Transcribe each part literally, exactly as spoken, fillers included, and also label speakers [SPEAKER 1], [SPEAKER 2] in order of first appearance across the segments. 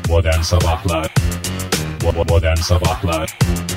[SPEAKER 1] Modern Sabahlar Modern Sabahlar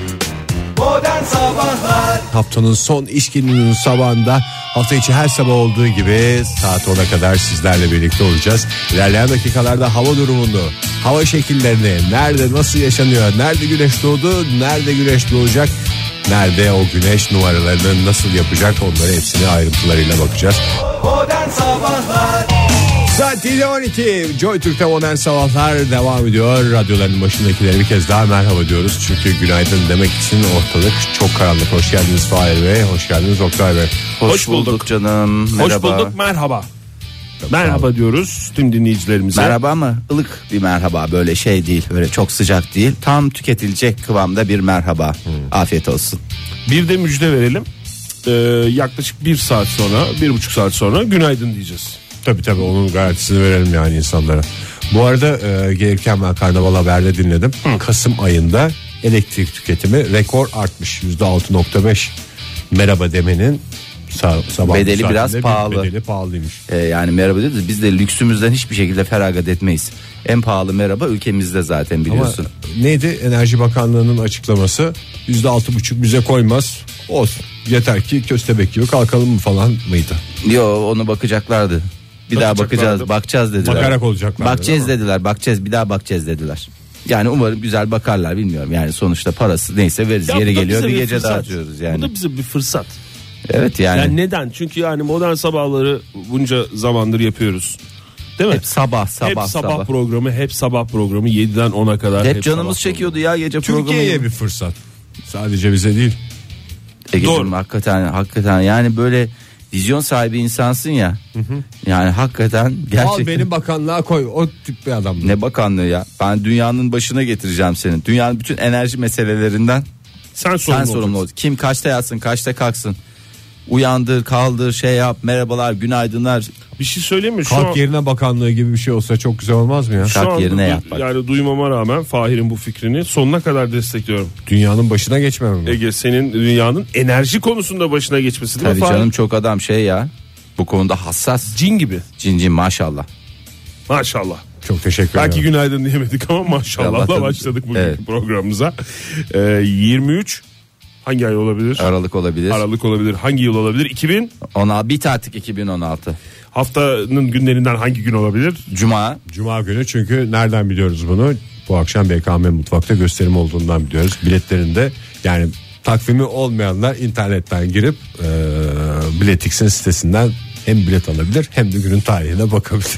[SPEAKER 2] Modern Sabahlar
[SPEAKER 3] Haftanın son iş gününün sabahında, hafta içi her sabah olduğu gibi saat ona kadar sizlerle birlikte olacağız. İlerleyen dakikalarda hava durumunu, hava şekillerini, nerede nasıl yaşanıyor, nerede güneş doğdu, nerede güneş doğacak, nerede o güneş numaralarını nasıl yapacak, onları hepsini ayrıntılarıyla bakacağız.
[SPEAKER 2] Modern Sabahlar
[SPEAKER 3] Saat yedi on iki. Joy Türk'te Modern Sabahlar devam ediyor. Radyoların başındakilere bir kez daha merhaba diyoruz. Çünkü günaydın demek için ortalık çok karanlık. Hoş geldiniz Fahir Bey. Hoş geldiniz Oktay Bey.
[SPEAKER 4] Hoş,
[SPEAKER 5] Hoş bulduk.
[SPEAKER 4] bulduk canım. Merhaba.
[SPEAKER 5] Hoş bulduk, merhaba. Merhaba diyoruz tüm dinleyicilerimize.
[SPEAKER 4] Merhaba ama ılık bir merhaba, böyle şey değil, böyle çok sıcak değil, tam tüketilecek kıvamda bir merhaba. Hmm. Afiyet olsun.
[SPEAKER 5] Bir de müjde verelim. Ee, yaklaşık bir saat sonra, bir buçuk saat sonra günaydın diyeceğiz.
[SPEAKER 3] Tabii tabii, onun garantisini verelim yani insanlara. Bu arada e, gelirken ben Karnaval Haber'de dinledim. Hı. Kasım ayında elektrik tüketimi rekor artmış. yüzde altı nokta beş. Merhaba demenin sabah
[SPEAKER 4] bedeli biraz pahalı.
[SPEAKER 3] Bedeli pahalıymış.
[SPEAKER 4] Ee, yani merhaba diyoruz, biz de lüksümüzden hiçbir şekilde feragat etmeyiz. En pahalı merhaba ülkemizde zaten, biliyorsun.
[SPEAKER 3] Ama neydi Enerji Bakanlığı'nın açıklaması? yüzde altı buçuk bize koymaz. Olsun. Yeter ki köstebek gibi kalkalım mı falan mıydı?
[SPEAKER 4] Yo, onu bakacaklardı. Bir daha bakacağız, bakacağız dediler.
[SPEAKER 3] Bakarak olacaklar.
[SPEAKER 4] Bakacağız dediler, bakacağız, bir daha bakacağız dediler. Yani umarım güzel bakarlar, bilmiyorum. Yani sonuçta parası neyse veririz,
[SPEAKER 5] Ya
[SPEAKER 4] yeri geliyor bir,
[SPEAKER 5] bir
[SPEAKER 4] gece
[SPEAKER 5] fırsat.
[SPEAKER 4] dağıtıyoruz yani.
[SPEAKER 5] Bu da bize bir fırsat.
[SPEAKER 4] Evet yani.
[SPEAKER 5] Yani neden? Çünkü yani modern sabahları bunca zamandır yapıyoruz. Değil mi?
[SPEAKER 4] Hep sabah sabah
[SPEAKER 5] hep sabah,
[SPEAKER 4] sabah.
[SPEAKER 5] programı, hep sabah programı yediden ona kadar.
[SPEAKER 4] Hep,
[SPEAKER 5] hep
[SPEAKER 4] canımız çekiyordu ya gece programı.
[SPEAKER 3] Türkiye'ye bir fırsat. Sadece bize değil.
[SPEAKER 4] Egeciğim, hakikaten hakikaten yani böyle vizyon sahibi insansın ya. Hı hı. Yani hakikaten gerçekten.
[SPEAKER 3] Al benim bakanlığa koy, o tip bir adam.
[SPEAKER 4] Ne bakanlığı ya? Ben dünyanın başına getireceğim seni. Dünyanın bütün enerji meselelerinden
[SPEAKER 5] Sen sorumlu,
[SPEAKER 4] sen sorumlu ol. Kim kaçta yatsın, kaçta kalksın? Uyandır, kaldır, şey yap, merhabalar, günaydınlar.
[SPEAKER 5] Bir şey söyleyeyim mi? Şu
[SPEAKER 3] Kalk
[SPEAKER 5] an,
[SPEAKER 3] yerine bakanlığı gibi bir şey olsa çok güzel olmaz mı ya?
[SPEAKER 5] şu
[SPEAKER 4] Kalk
[SPEAKER 5] anda
[SPEAKER 4] yerine
[SPEAKER 5] du-
[SPEAKER 4] yat bak.
[SPEAKER 5] Yani duymama rağmen Fahir'in bu fikrini sonuna kadar destekliyorum.
[SPEAKER 3] Dünyanın başına geçmem mi?
[SPEAKER 5] Ege, senin dünyanın enerji konusunda başına geçmesi değil
[SPEAKER 4] Tabii
[SPEAKER 5] mi Fahir?
[SPEAKER 4] canım, çok adam şey ya. Bu konuda hassas.
[SPEAKER 5] Cin gibi.
[SPEAKER 4] Cin cin maşallah.
[SPEAKER 5] Maşallah.
[SPEAKER 3] Çok teşekkür
[SPEAKER 5] Belki
[SPEAKER 3] ederim.
[SPEAKER 5] günaydın diyemedik ama maşallahla başladık bugünkü
[SPEAKER 4] Evet.
[SPEAKER 5] programımıza. Ee, yirmi üç hangi ay olabilir?
[SPEAKER 4] Aralık olabilir.
[SPEAKER 5] Aralık olabilir. Hangi yıl olabilir? iki bin
[SPEAKER 4] Ona bit artık iki bin on altı.
[SPEAKER 5] Haftanın günlerinden hangi gün olabilir?
[SPEAKER 4] Cuma.
[SPEAKER 3] Cuma günü, çünkü nereden biliyoruz bunu? Bu akşam B K M Mutfak'ta gösterim olduğundan biliyoruz. Biletlerinde, yani takvimi olmayanlar internetten girip e, Biletix'in sitesinden hem bilet alabilir hem de günün tarihine bakabilir.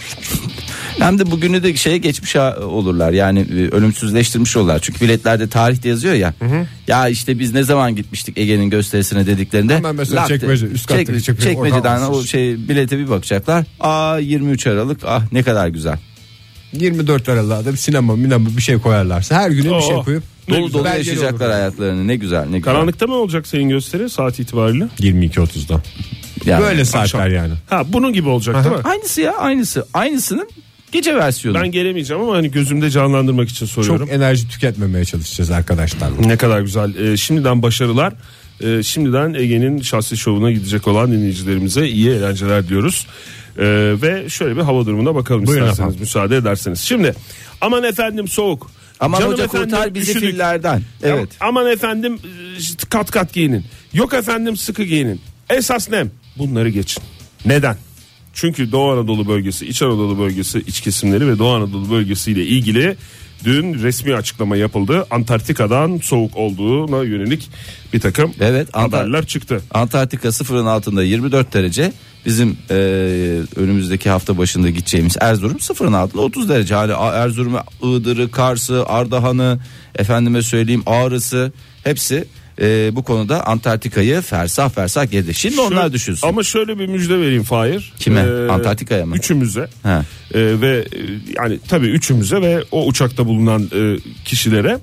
[SPEAKER 4] Hem de bugünü de şeye geçmiş ha- olurlar, yani e, ölümsüzleştirmiş olurlar. Çünkü biletlerde tarihte yazıyor ya. Hı hı. Ya işte biz ne zaman gitmiştik Ege'nin gösterisine dediklerinde.
[SPEAKER 3] Hemen mesela
[SPEAKER 4] laf de-
[SPEAKER 3] çekmece, üst kattaki
[SPEAKER 4] çek-
[SPEAKER 3] çekmece,
[SPEAKER 4] çekmeceden
[SPEAKER 3] oradan
[SPEAKER 4] o şey bilete bir bakacaklar. Aa yirmi üç Aralık, ah ne kadar güzel.
[SPEAKER 3] yirmi dört Aralık'ta da bir sinema minema bir şey koyarlarsa, her güne bir şey
[SPEAKER 5] Oo.
[SPEAKER 3] koyup
[SPEAKER 5] Ne
[SPEAKER 4] Dolu
[SPEAKER 5] güzel.
[SPEAKER 4] dolu
[SPEAKER 3] belgeli
[SPEAKER 4] yaşayacaklar
[SPEAKER 3] olur.
[SPEAKER 4] hayatlarını, ne güzel ne güzel.
[SPEAKER 5] Karanlıkta mı olacak senin gösteri saat itibariyle?
[SPEAKER 3] yirmi iki otuzda.
[SPEAKER 4] Yani,
[SPEAKER 3] Böyle saatler
[SPEAKER 5] akşam.
[SPEAKER 3] yani.
[SPEAKER 5] Ha, bunun gibi olacak değil mi?
[SPEAKER 4] Aynısı ya, aynısı. Aynısının gece versiyonu.
[SPEAKER 5] Ben gelemeyeceğim ama hani gözümde canlandırmak için soruyorum.
[SPEAKER 3] Çok enerji tüketmemeye çalışacağız arkadaşlar.
[SPEAKER 5] Ne kadar güzel. Ee, şimdiden başarılar. Ee, şimdiden Ege'nin şahsi şovuna gidecek olan dinleyicilerimize iyi eğlenceler diyoruz. Ee, ve şöyle bir hava durumuna bakalım.
[SPEAKER 3] Buyurun
[SPEAKER 5] isterseniz,
[SPEAKER 3] efendim.
[SPEAKER 5] müsaade ederseniz. Şimdi aman efendim soğuk.
[SPEAKER 4] Aman
[SPEAKER 5] Canım
[SPEAKER 4] hoca
[SPEAKER 5] efendim,
[SPEAKER 4] kurtar bizi
[SPEAKER 5] üşüdük.
[SPEAKER 4] fillerden. Evet.
[SPEAKER 5] Aman efendim işte kat kat giyinin. Yok efendim sıkı giyinin. Esas nem. Bunları geçin. Neden? Çünkü Doğu Anadolu bölgesi, İç Anadolu bölgesi, iç kesimleri ve Doğu Anadolu bölgesiyle ilgili dün resmi açıklama yapıldı. Antarktika'dan soğuk olduğuna yönelik bir takım
[SPEAKER 4] Evet, Antar-
[SPEAKER 5] haberler çıktı.
[SPEAKER 4] Antarktika sıfırın altında yirmi dört derece. Bizim e, önümüzdeki hafta başında gideceğimiz Erzurum sıfırın altında otuz derece. Hani Erzurum'u, Iğdır'ı, Kars'ı, Ardahan'ı, efendime söyleyeyim Ağrı'sı, hepsi e, bu konuda Antarktika'yı fersah fersah geride. Şimdi onlar
[SPEAKER 5] Şöyle-
[SPEAKER 4] düşünsün.
[SPEAKER 5] Ama şöyle bir müjde vereyim Fahir.
[SPEAKER 4] Kime? Antarktika'ya mı?
[SPEAKER 5] Üçümüze.
[SPEAKER 4] He.
[SPEAKER 5] Ee, ve e, yani tabii üçümüze ve o uçakta bulunan e, kişilere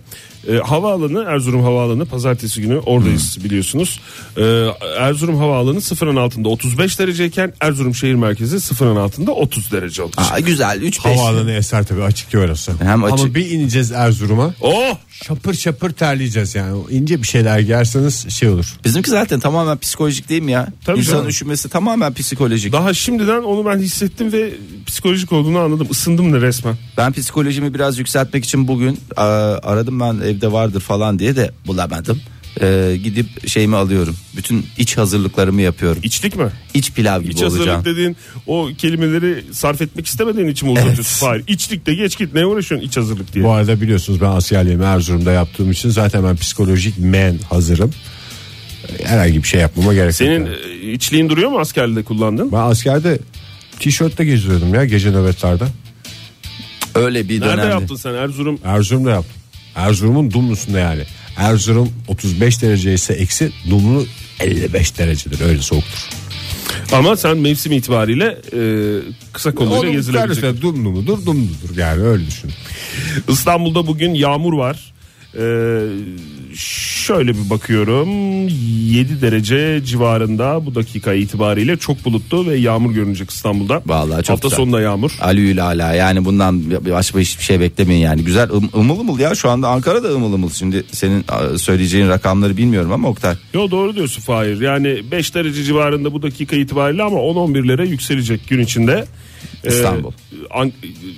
[SPEAKER 5] E, havaalanı, Erzurum Havaalanı, pazartesi günü oradayız hmm. biliyorsunuz. E, Erzurum Havaalanı sıfırın altında otuz beş dereceyken Erzurum şehir merkezi sıfırın altında otuz derece olacak.
[SPEAKER 4] Aa, güzel üç beş.
[SPEAKER 3] Havaalanı eser tabii, açık ki orası.
[SPEAKER 4] Hem açık.
[SPEAKER 3] Ama bir ineceğiz Erzurum'a.
[SPEAKER 5] Oh!
[SPEAKER 3] Şapır şapır terleyeceğiz yani. O ince bir şeyler giyerseniz şey olur.
[SPEAKER 4] Bizimki zaten tamamen psikolojik değil mi ya?
[SPEAKER 5] Tabii
[SPEAKER 4] İnsanın
[SPEAKER 5] canım.
[SPEAKER 4] üşümesi tamamen psikolojik.
[SPEAKER 5] Daha şimdiden onu ben hissettim ve psikolojik olduğunu anladım. Isındım da resmen.
[SPEAKER 4] Ben psikolojimi biraz yükseltmek için bugün a, aradım, ben evde vardır falan diye de bulamadım. Ee, gidip şeyimi alıyorum. Bütün iç hazırlıklarımı yapıyorum.
[SPEAKER 5] İçlik mi?
[SPEAKER 4] İç pilav gibi
[SPEAKER 5] İç
[SPEAKER 4] olacağım.
[SPEAKER 5] hazırlık dediğin o kelimeleri sarf etmek istemediğin için mi uzatıyorsun? Hayır. İçlik de geç git, ne uğraşıyorsun iç hazırlık diye.
[SPEAKER 3] Bu arada biliyorsunuz ben askerliğimi Erzurum'da yaptığım için zaten ben psikolojik men hazırım. Herhangi bir şey yapmama gerek yok.
[SPEAKER 5] Senin
[SPEAKER 3] yani.
[SPEAKER 5] içliğin duruyor mu askerde kullandın?
[SPEAKER 3] Ben askerde tişörtle geziyordum ya gece nöbetlerde.
[SPEAKER 4] Öyle bir dönemde.
[SPEAKER 5] Nerede yaptın sen Erzurum?
[SPEAKER 3] Erzurum'da yaptım. Erzurum'un Dumlusu'nda yani. Erzurum otuz beş derece ise eksi, Dumlu elli beş derecedir, öyle soğuktur.
[SPEAKER 5] Ama sen mevsim itibariyle e, kısa kolluyla gezilebilecek.
[SPEAKER 3] Onun Dumlu mudur, Dumludur yani, öyle düşün.
[SPEAKER 5] İstanbul'da bugün yağmur var. Ee, şöyle bir bakıyorum, yedi derece civarında bu dakika itibariyle, çok bulutlu ve yağmur görünecek İstanbul'da.
[SPEAKER 4] Vallahi çok
[SPEAKER 5] hafta
[SPEAKER 4] güzel.
[SPEAKER 5] sonunda yağmur.
[SPEAKER 4] Alüyle ala, yani bundan başka hiçbir şey beklemeyin yani. Güzel, ım, ımıl ımıl ya, şu anda Ankara'da ımıl ımıl. Şimdi senin söyleyeceğin rakamları bilmiyorum ama Oktay.
[SPEAKER 5] Yo, doğru diyorsun Fahir. Yani beş derece civarında bu dakika itibariyle ama on on birlere yükselecek gün içinde.
[SPEAKER 4] İstanbul.
[SPEAKER 5] Ee, An-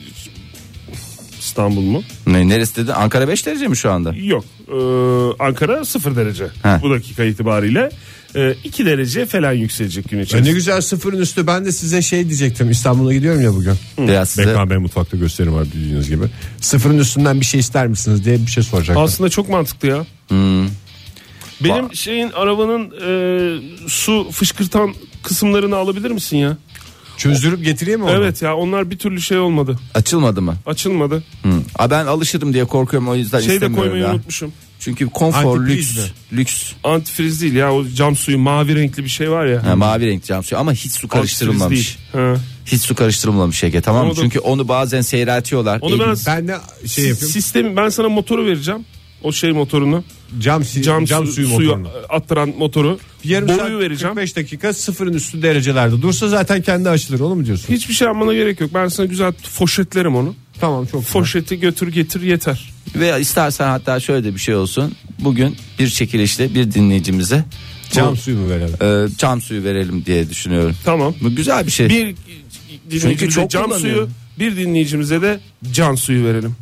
[SPEAKER 5] İstanbul mu?
[SPEAKER 4] Ne, neresi dedi? Ankara beş derece mi şu anda?
[SPEAKER 5] Yok. Ee, Ankara sıfır derece.
[SPEAKER 4] Heh.
[SPEAKER 5] Bu dakika itibariyle e, iki derece falan yükselecek gün
[SPEAKER 3] E
[SPEAKER 5] içerisinde.
[SPEAKER 3] ne güzel, sıfırın üstü. Ben de size şey diyecektim, İstanbul'a gidiyorum ya bugün.
[SPEAKER 4] Biraz size...
[SPEAKER 3] B K B mutfakta gösterim var bildiğiniz gibi. Sıfırın üstünden bir şey ister misiniz diye bir şey soracaktım.
[SPEAKER 5] Aslında çok mantıklı ya.
[SPEAKER 4] Hmm.
[SPEAKER 5] Benim ba- şeyin arabanın e, su fışkırtan kısımlarını alabilir misin ya?
[SPEAKER 3] Çözdürüp getireyim mi onu?
[SPEAKER 5] Evet ya, onlar bir türlü şey olmadı.
[SPEAKER 4] Açılmadı mı?
[SPEAKER 5] Açılmadı.
[SPEAKER 4] Hmm. Aa, ben alışırım diye korkuyorum, o yüzden
[SPEAKER 5] Şey de
[SPEAKER 4] istemiyorum
[SPEAKER 5] koymayı
[SPEAKER 4] ya.
[SPEAKER 5] unutmuşum.
[SPEAKER 4] Çünkü konfor,
[SPEAKER 3] Antifriz
[SPEAKER 4] lüks,
[SPEAKER 3] mi?
[SPEAKER 4] lüks.
[SPEAKER 5] Antifriz değil ya, o cam suyu mavi renkli bir şey var ya.
[SPEAKER 4] Ha, mavi renk cam suyu ama hiç su karıştırılmamış.
[SPEAKER 5] Ha.
[SPEAKER 4] Hiç su karıştırılmamış Ege, tamam mı?
[SPEAKER 5] Onu da-
[SPEAKER 4] Çünkü onu bazen seyreltiyorlar.
[SPEAKER 5] Onu ben,
[SPEAKER 3] Ben de şey yapayım.
[SPEAKER 5] sistemi, ben sana motoru vereceğim. O şey motorunu.
[SPEAKER 3] Cam,
[SPEAKER 5] Cam,
[SPEAKER 3] cam
[SPEAKER 5] su-
[SPEAKER 3] suyu
[SPEAKER 5] suyu
[SPEAKER 3] motorunu.
[SPEAKER 5] attıran motoru.
[SPEAKER 3] Yarım
[SPEAKER 5] Boruyu
[SPEAKER 3] saat
[SPEAKER 5] vereceğim.
[SPEAKER 3] kırk beş dakika sıfırın üstü derecelerde dursa zaten kendi açılır, onu mu diyorsun?
[SPEAKER 5] Hiçbir şey yapmana gerek yok. Ben sana güzel foşetlerim onu.
[SPEAKER 3] Tamam, çok güzel.
[SPEAKER 5] Foşeti götür getir yeter.
[SPEAKER 4] Veya istersen hatta şöyle de bir şey olsun. Bugün bir çekilişle bir dinleyicimize
[SPEAKER 3] Cam
[SPEAKER 4] bu,
[SPEAKER 3] suyu mu verelim?
[SPEAKER 4] e, cam suyu verelim diye düşünüyorum.
[SPEAKER 5] Tamam.
[SPEAKER 4] Bu güzel bir şey.
[SPEAKER 5] Bir dinleyicimize
[SPEAKER 4] çok
[SPEAKER 5] cam
[SPEAKER 4] kullanıyorum.
[SPEAKER 5] suyu, bir dinleyicimize de can suyu verelim.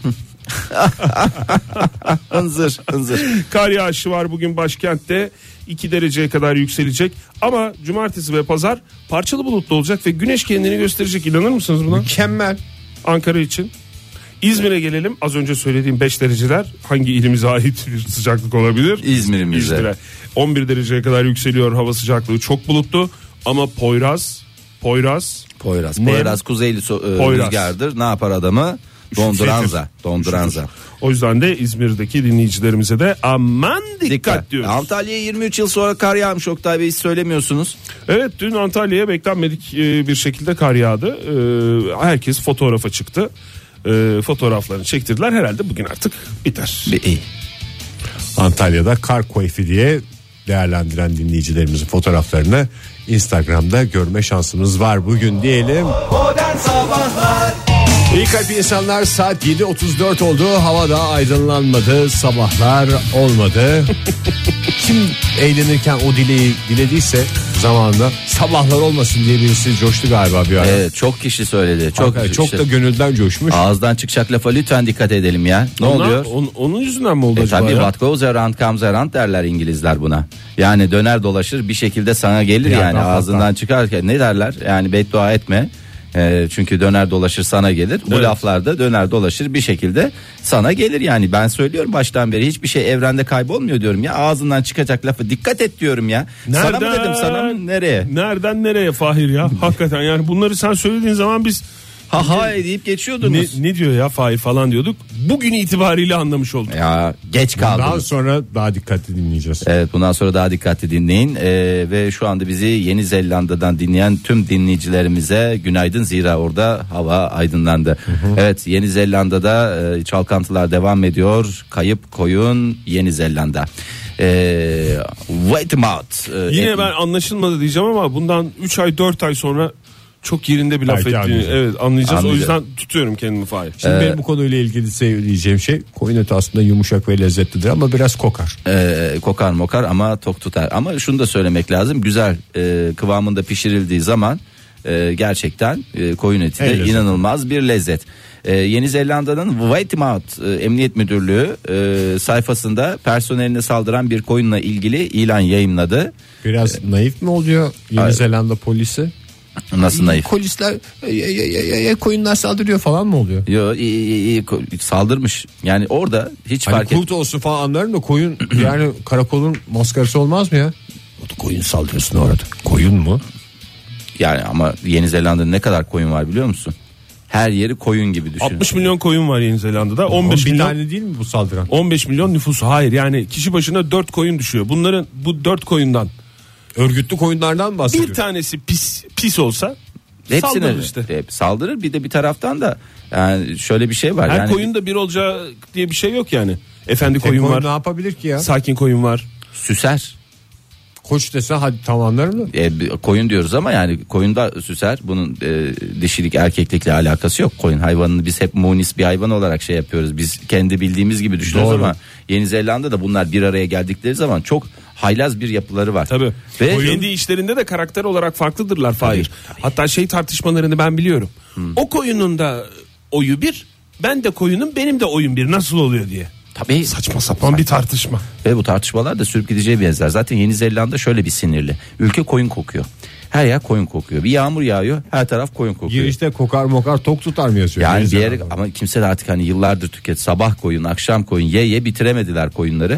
[SPEAKER 4] Hınzır hınzır.
[SPEAKER 5] Kar yağışı var bugün başkentte, iki dereceye kadar yükselecek. Ama cumartesi ve pazar parçalı bulutlu olacak ve güneş kendini gösterecek. İnanır mısınız buna?
[SPEAKER 3] Mükemmel.
[SPEAKER 5] Ankara için. İzmir'e gelelim. Az önce söylediğim beş dereceler hangi ilimize ait bir sıcaklık olabilir?
[SPEAKER 4] İzmir'imize.
[SPEAKER 5] İzmir'e. on bir dereceye kadar yükseliyor hava sıcaklığı, çok bulutlu ama Poyraz, Poyraz,
[SPEAKER 4] Poyraz.
[SPEAKER 5] Ne?
[SPEAKER 4] Poyraz kuzeyli so- e,
[SPEAKER 5] Poyraz.
[SPEAKER 4] rüzgardır. Ne yapar adamı? Donduranza. Donduranza.
[SPEAKER 5] O yüzden de İzmir'deki dinleyicilerimize de aman dikkat,
[SPEAKER 4] Dikkat.
[SPEAKER 5] diyoruz.
[SPEAKER 4] Antalya'ya yirmi üç yıl sonra kar yağmış Oktay Bey, hiç söylemiyorsunuz.
[SPEAKER 5] Evet, dün Antalya'ya beklenmedik e, bir şekilde kar yağdı. E, Herkes fotoğrafa çıktı. E, Fotoğraflarını çektirdiler. Herhalde bugün artık biter.
[SPEAKER 4] Bir iyi.
[SPEAKER 3] Antalya'da kar keyfi diye değerlendiren dinleyicilerimizin fotoğraflarını Instagram'da görme şansımız var bugün diyelim.
[SPEAKER 2] Modern Sabahlar
[SPEAKER 3] İyi kalp insanlar, saat yedi otuz dört oldu. Havada aydınlanmadı, sabahlar olmadı. Kim eğlenirken o dileği dilediyse zamanında sabahlar olmasın diye birisi coştu galiba bir ara.
[SPEAKER 4] Evet, çok kişi söyledi. Çok
[SPEAKER 3] Çok, çok
[SPEAKER 4] kişi.
[SPEAKER 3] da gönülden coşmuş.
[SPEAKER 4] Ağızdan çıkacak lafa lütfen dikkat edelim ya. Ne
[SPEAKER 5] Onlar-
[SPEAKER 4] oluyor?
[SPEAKER 5] on- onun yüzünden mi oldu
[SPEAKER 4] E
[SPEAKER 5] acaba
[SPEAKER 4] tabii,
[SPEAKER 5] ya?
[SPEAKER 4] what goes around comes around derler İngilizler buna. Yani döner dolaşır bir şekilde sana gelir
[SPEAKER 3] Bir
[SPEAKER 4] yani,
[SPEAKER 3] yandan
[SPEAKER 4] ağzından
[SPEAKER 3] hatta.
[SPEAKER 4] çıkarken ne derler? Yani beddua etme. E, çünkü döner dolaşır sana gelir. Bu
[SPEAKER 5] Evet.
[SPEAKER 4] laflar da döner dolaşır bir şekilde sana gelir yani. Ben söylüyorum baştan beri, hiçbir şey evrende kaybolmuyor diyorum ya. Ağzından çıkacak lafı dikkat et diyorum ya. Sana mı dedim, sana mı, nereye?
[SPEAKER 5] Nereden nereye Fahir ya? Hakikaten yani bunları sen söylediğin zaman biz
[SPEAKER 4] ha ha deyip geçiyordunuz.
[SPEAKER 5] Ne, ne diyor ya Fahir falan diyorduk. Bugün itibariyle anlamış olduk.
[SPEAKER 4] Ya geç
[SPEAKER 3] Daha
[SPEAKER 4] kaldınız.
[SPEAKER 3] sonra daha dikkatli dinleyeceğiz.
[SPEAKER 4] Evet, bundan sonra daha dikkatli dinleyin. Ee, ve şu anda bizi Yeni Zelanda'dan dinleyen tüm dinleyicilerimize günaydın, zira orada hava aydınlandı. Hı hı. Evet, Yeni Zelanda'da e, çalkantılar devam ediyor. Kayıp koyun Yeni Zelanda. Ee, wait a minute. Ee,
[SPEAKER 5] Yine
[SPEAKER 4] e-
[SPEAKER 5] ben anlaşılmadı diyeceğim ama bundan üç ay dört ay sonra çok yerinde bir laf
[SPEAKER 3] Belki
[SPEAKER 5] ettiğini
[SPEAKER 3] anlayacağız.
[SPEAKER 5] evet anlayacağız.
[SPEAKER 4] Anlayacağız.
[SPEAKER 5] O yüzden tutuyorum kendimi Fahir.
[SPEAKER 3] Şimdi benim bu konuyla ilgili söyleyeceğim şey, koyun eti aslında yumuşak ve lezzetlidir ama biraz kokar.
[SPEAKER 4] Ee, kokar mokar ama tok tutar. Ama şunu da söylemek lazım, güzel e, kıvamında pişirildiği zaman e, gerçekten e, koyun eti de
[SPEAKER 3] En
[SPEAKER 4] inanılmaz bir lezzet. Ee, Yeni Zelanda'nın Waitemouth e, Emniyet Müdürlüğü e, sayfasında personeline saldıran bir koyunla ilgili ilan yayımladı.
[SPEAKER 3] Biraz naif mi oluyor Yeni
[SPEAKER 4] Hayır.
[SPEAKER 3] Zelanda polisi?
[SPEAKER 4] Nasıl naif?
[SPEAKER 3] Polisler e, e, e, e, koyunlar saldırıyor falan mı oluyor?
[SPEAKER 4] Yo, iyi, iyi, iyi, ko- saldırmış. Yani orada hiç
[SPEAKER 3] Hani
[SPEAKER 4] fark et.
[SPEAKER 3] kurt olsun falan anlarım da koyun yani karakolun maskarası olmaz mı ya? O da koyun saldırıyorsun orada. Koyun mu?
[SPEAKER 4] Yani ama Yeni Zelanda'da ne kadar koyun var biliyor musun? Her yeri koyun gibi düşün.
[SPEAKER 5] altmış milyon koyun var Yeni Zelanda'da. on beş
[SPEAKER 3] bir
[SPEAKER 5] milyon
[SPEAKER 3] tane değil mi bu saldıran?
[SPEAKER 5] on beş milyon nüfusu. Hayır, yani kişi başına dört koyun düşüyor. Bunların bu dört koyundan
[SPEAKER 3] Örgütlü koyunlardan mı bahsediyor?
[SPEAKER 5] bir tanesi pis pis olsa
[SPEAKER 4] Hepsine
[SPEAKER 5] saldırır işte.
[SPEAKER 4] hep saldırır. Bir de bir taraftan da yani şöyle bir şey var.
[SPEAKER 5] Her
[SPEAKER 4] yani
[SPEAKER 5] koyun da bir olacağı diye bir şey yok yani. Efendi
[SPEAKER 3] Tek
[SPEAKER 5] koyun
[SPEAKER 3] koyun
[SPEAKER 5] var.
[SPEAKER 3] ne yapabilir ki ya?
[SPEAKER 5] Sakin koyun var.
[SPEAKER 4] süser.
[SPEAKER 3] Koç dese hadi tamam anlarım da.
[SPEAKER 4] E, bir- koyun diyoruz ama yani koyun da süser. Bunun e, dişilik erkeklikle alakası yok. Koyun hayvanını biz hep munis bir hayvan olarak şey yapıyoruz. Biz kendi bildiğimiz gibi düşünüyoruz
[SPEAKER 3] Doğru.
[SPEAKER 4] ama Yeni Zelanda'da bunlar bir araya geldikleri zaman çok haylaz bir yapıları var.
[SPEAKER 5] Tabii.
[SPEAKER 4] Ve
[SPEAKER 5] Kendi işlerinde de karakter olarak farklıdırlar Fahir. Hatta şey tartışmalarını ben biliyorum. O koyunun da oyu bir, ben de koyunum, benim de oyun bir, nasıl oluyor diye.
[SPEAKER 4] tabii
[SPEAKER 5] Saçma sapan bir tartışma.
[SPEAKER 4] ve bu tartışmalar da sürüp gideceği benzer. Zaten Yeni Zelanda şöyle bir sinirli. Ülke koyun kokuyor. Her yer koyun kokuyor. Bir yağmur yağıyor, her taraf koyun kokuyor.
[SPEAKER 3] Girişte kokar mokar tok tutar mı yazıyor?
[SPEAKER 4] Yani
[SPEAKER 3] Yeni
[SPEAKER 4] bir yere,
[SPEAKER 3] Zelanda.
[SPEAKER 4] ama kimse de artık hani yıllardır tüket, sabah koyun akşam koyun ye ye bitiremediler koyunları.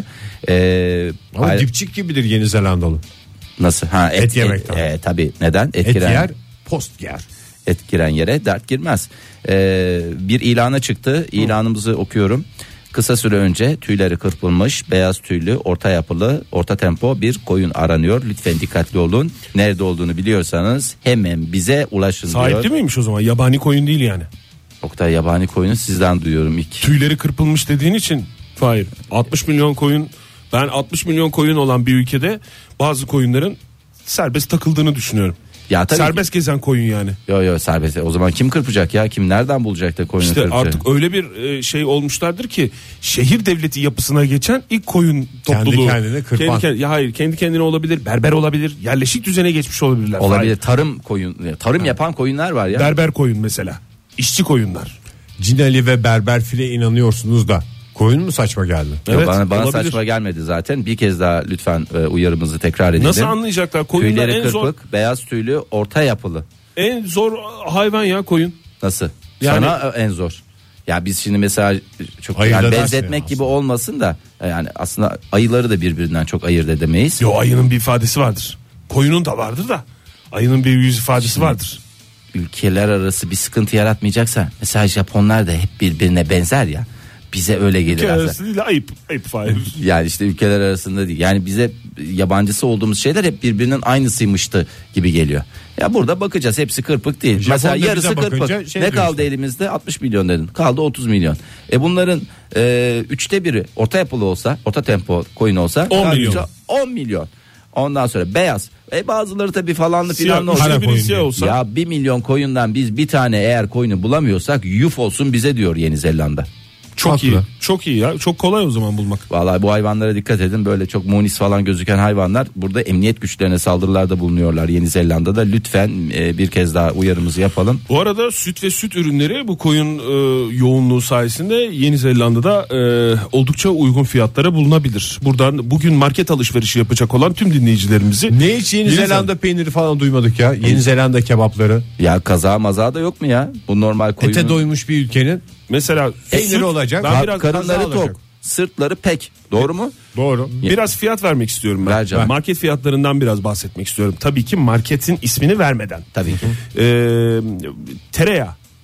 [SPEAKER 4] Ee,
[SPEAKER 3] Ama
[SPEAKER 4] hayır-
[SPEAKER 3] dipçik gibidir Yeni Zelandalı.
[SPEAKER 4] nasıl? Ha, et,
[SPEAKER 3] Et yemekten.
[SPEAKER 4] E, tabii neden? Et,
[SPEAKER 3] Et
[SPEAKER 4] giren,
[SPEAKER 3] yer, post yer.
[SPEAKER 4] et giren yere dert girmez. Ee, bir ilana çıktı. İlanımızı okuyorum. Kısa süre önce tüyleri kırpılmış, beyaz tüylü, orta yapılı, orta tempo bir koyun aranıyor. Lütfen dikkatli olun. Nerede olduğunu biliyorsanız hemen bize ulaşın diyor.
[SPEAKER 5] Sahipli miymiş o zaman? Yabani koyun değil yani.
[SPEAKER 4] Oktay, yabani koyunu sizden duyuyorum ilk.
[SPEAKER 5] Tüyleri kırpılmış dediğin için Fahir. altmış milyon koyun, ben altmış milyon koyun olan bir ülkede bazı koyunların serbest takıldığını düşünüyorum.
[SPEAKER 4] Ya tabii
[SPEAKER 5] Serbest gezen koyun yani.
[SPEAKER 4] Yo yo serbest. O zaman kim kırpacak ya? Kim nereden bulacak da koyunu
[SPEAKER 5] İşte
[SPEAKER 4] kırpacak?
[SPEAKER 5] artık öyle bir e, şey olmuşlardır ki şehir devleti yapısına geçen ilk koyun topluluğu.
[SPEAKER 3] kendine kırpan.
[SPEAKER 5] Kendi, ya hayır, kendi kendine olabilir, berber olabilir, yerleşik düzene geçmiş olabilirler.
[SPEAKER 4] Olabilir.
[SPEAKER 5] Hayır.
[SPEAKER 4] Tarım koyun, tarım yapan koyunlar var ya.
[SPEAKER 5] Berber koyun mesela. İşçi koyunlar.
[SPEAKER 3] Cinali ve berber file inanıyorsunuz da koyun mu saçma geldi?
[SPEAKER 4] Yo,
[SPEAKER 5] Evet,
[SPEAKER 4] bana bana
[SPEAKER 5] olabilir.
[SPEAKER 4] saçma gelmedi zaten. Bir kez daha lütfen e, uyarımızı tekrar edelim.
[SPEAKER 5] Nasıl anlayacaklar? Koyunlar
[SPEAKER 4] Tüyleri
[SPEAKER 5] en
[SPEAKER 4] kırpık,
[SPEAKER 5] zor
[SPEAKER 4] beyaz tüylü, orta yapılı.
[SPEAKER 5] en zor hayvan ya koyun.
[SPEAKER 4] Nasıl?
[SPEAKER 5] Yani-
[SPEAKER 4] Sana e, en zor. Ya biz şimdi mesela çok
[SPEAKER 3] Ayırt
[SPEAKER 4] yani
[SPEAKER 3] edersin
[SPEAKER 4] benzetmek
[SPEAKER 3] ya
[SPEAKER 4] gibi
[SPEAKER 3] aslında.
[SPEAKER 4] olmasın da e, yani aslında ayıları da birbirinden çok ayırt edemeyiz.
[SPEAKER 5] Yo, ayının bir ifadesi vardır. Koyunun da vardır da ayının bir yüz ifadesi vardır.
[SPEAKER 4] Ülkeler arası bir sıkıntı yaratmayacaksa mesela Japonlar da hep birbirine benzer ya. Bize öyle gelir
[SPEAKER 5] Ülke
[SPEAKER 4] aslında.
[SPEAKER 5] arası değil, ayıp. Ayıp Fahir.
[SPEAKER 4] Yani işte ülkeler arasında değil. Yani bize yabancısı olduğumuz şeyler hep birbirinin aynısıymıştı gibi geliyor. Ya burada bakacağız, hepsi kırpık değil.
[SPEAKER 3] Japon'da
[SPEAKER 4] Mesela
[SPEAKER 3] bize
[SPEAKER 4] yarısı
[SPEAKER 3] bakınca
[SPEAKER 4] kırpık.
[SPEAKER 3] şey
[SPEAKER 4] ne
[SPEAKER 3] diyor
[SPEAKER 4] kaldı
[SPEAKER 3] işte.
[SPEAKER 4] elimizde? altmış milyon dedin. Kaldı otuz milyon. E bunların e, üçte biri orta yapılı olsa, orta tempo koyun olsa
[SPEAKER 5] on
[SPEAKER 4] kaldı
[SPEAKER 5] milyon.
[SPEAKER 4] on milyon. Ondan sonra beyaz. E bazıları tabii falanlı
[SPEAKER 5] Siyah,
[SPEAKER 4] filanlı
[SPEAKER 5] üçte
[SPEAKER 4] olsa.
[SPEAKER 5] biri
[SPEAKER 3] koyun
[SPEAKER 5] siyah
[SPEAKER 3] diyor.
[SPEAKER 5] olsa.
[SPEAKER 4] Ya bir milyon koyundan biz bir tane eğer koyunu bulamıyorsak yuf olsun bize diyor Yeni Zelanda.
[SPEAKER 5] Çok
[SPEAKER 3] Haklı.
[SPEAKER 5] iyi. Çok iyi ya. Çok kolay o zaman bulmak.
[SPEAKER 4] Vallahi bu hayvanlara dikkat edin. Böyle çok munis falan gözüken hayvanlar burada emniyet güçlerine saldırılarda bulunuyorlar Yeni Zelanda'da. Lütfen e, bir kez daha uyarımızı yapalım.
[SPEAKER 5] Bu arada süt ve süt ürünleri bu koyun e, yoğunluğu sayesinde Yeni Zelanda'da e, oldukça uygun fiyatlara bulunabilir. Buradan bugün market alışverişi yapacak olan tüm dinleyicilerimizi
[SPEAKER 3] Ne hiç Yeni
[SPEAKER 5] Yeni
[SPEAKER 3] Zelanda peyniri falan duymadık ya. Yeni Zelanda kebapları.
[SPEAKER 4] Ya kaza maza da yok mu ya? Bu normal koyunun.
[SPEAKER 3] Ete doymuş bir ülkenin.
[SPEAKER 5] mesela
[SPEAKER 3] Peyniri
[SPEAKER 5] süt,
[SPEAKER 3] olacak.
[SPEAKER 5] ben
[SPEAKER 3] Ka-
[SPEAKER 5] biraz,
[SPEAKER 4] Karınları
[SPEAKER 3] kaza olacak.
[SPEAKER 4] tok, sırtları pek. Doğru mu?
[SPEAKER 3] Doğru.
[SPEAKER 5] biraz fiyat vermek istiyorum ben.
[SPEAKER 4] Ver canım.
[SPEAKER 5] Market fiyatlarından biraz bahsetmek istiyorum. Tabii ki marketin ismini vermeden.
[SPEAKER 4] Tabii ki.
[SPEAKER 5] Ee, tereyağı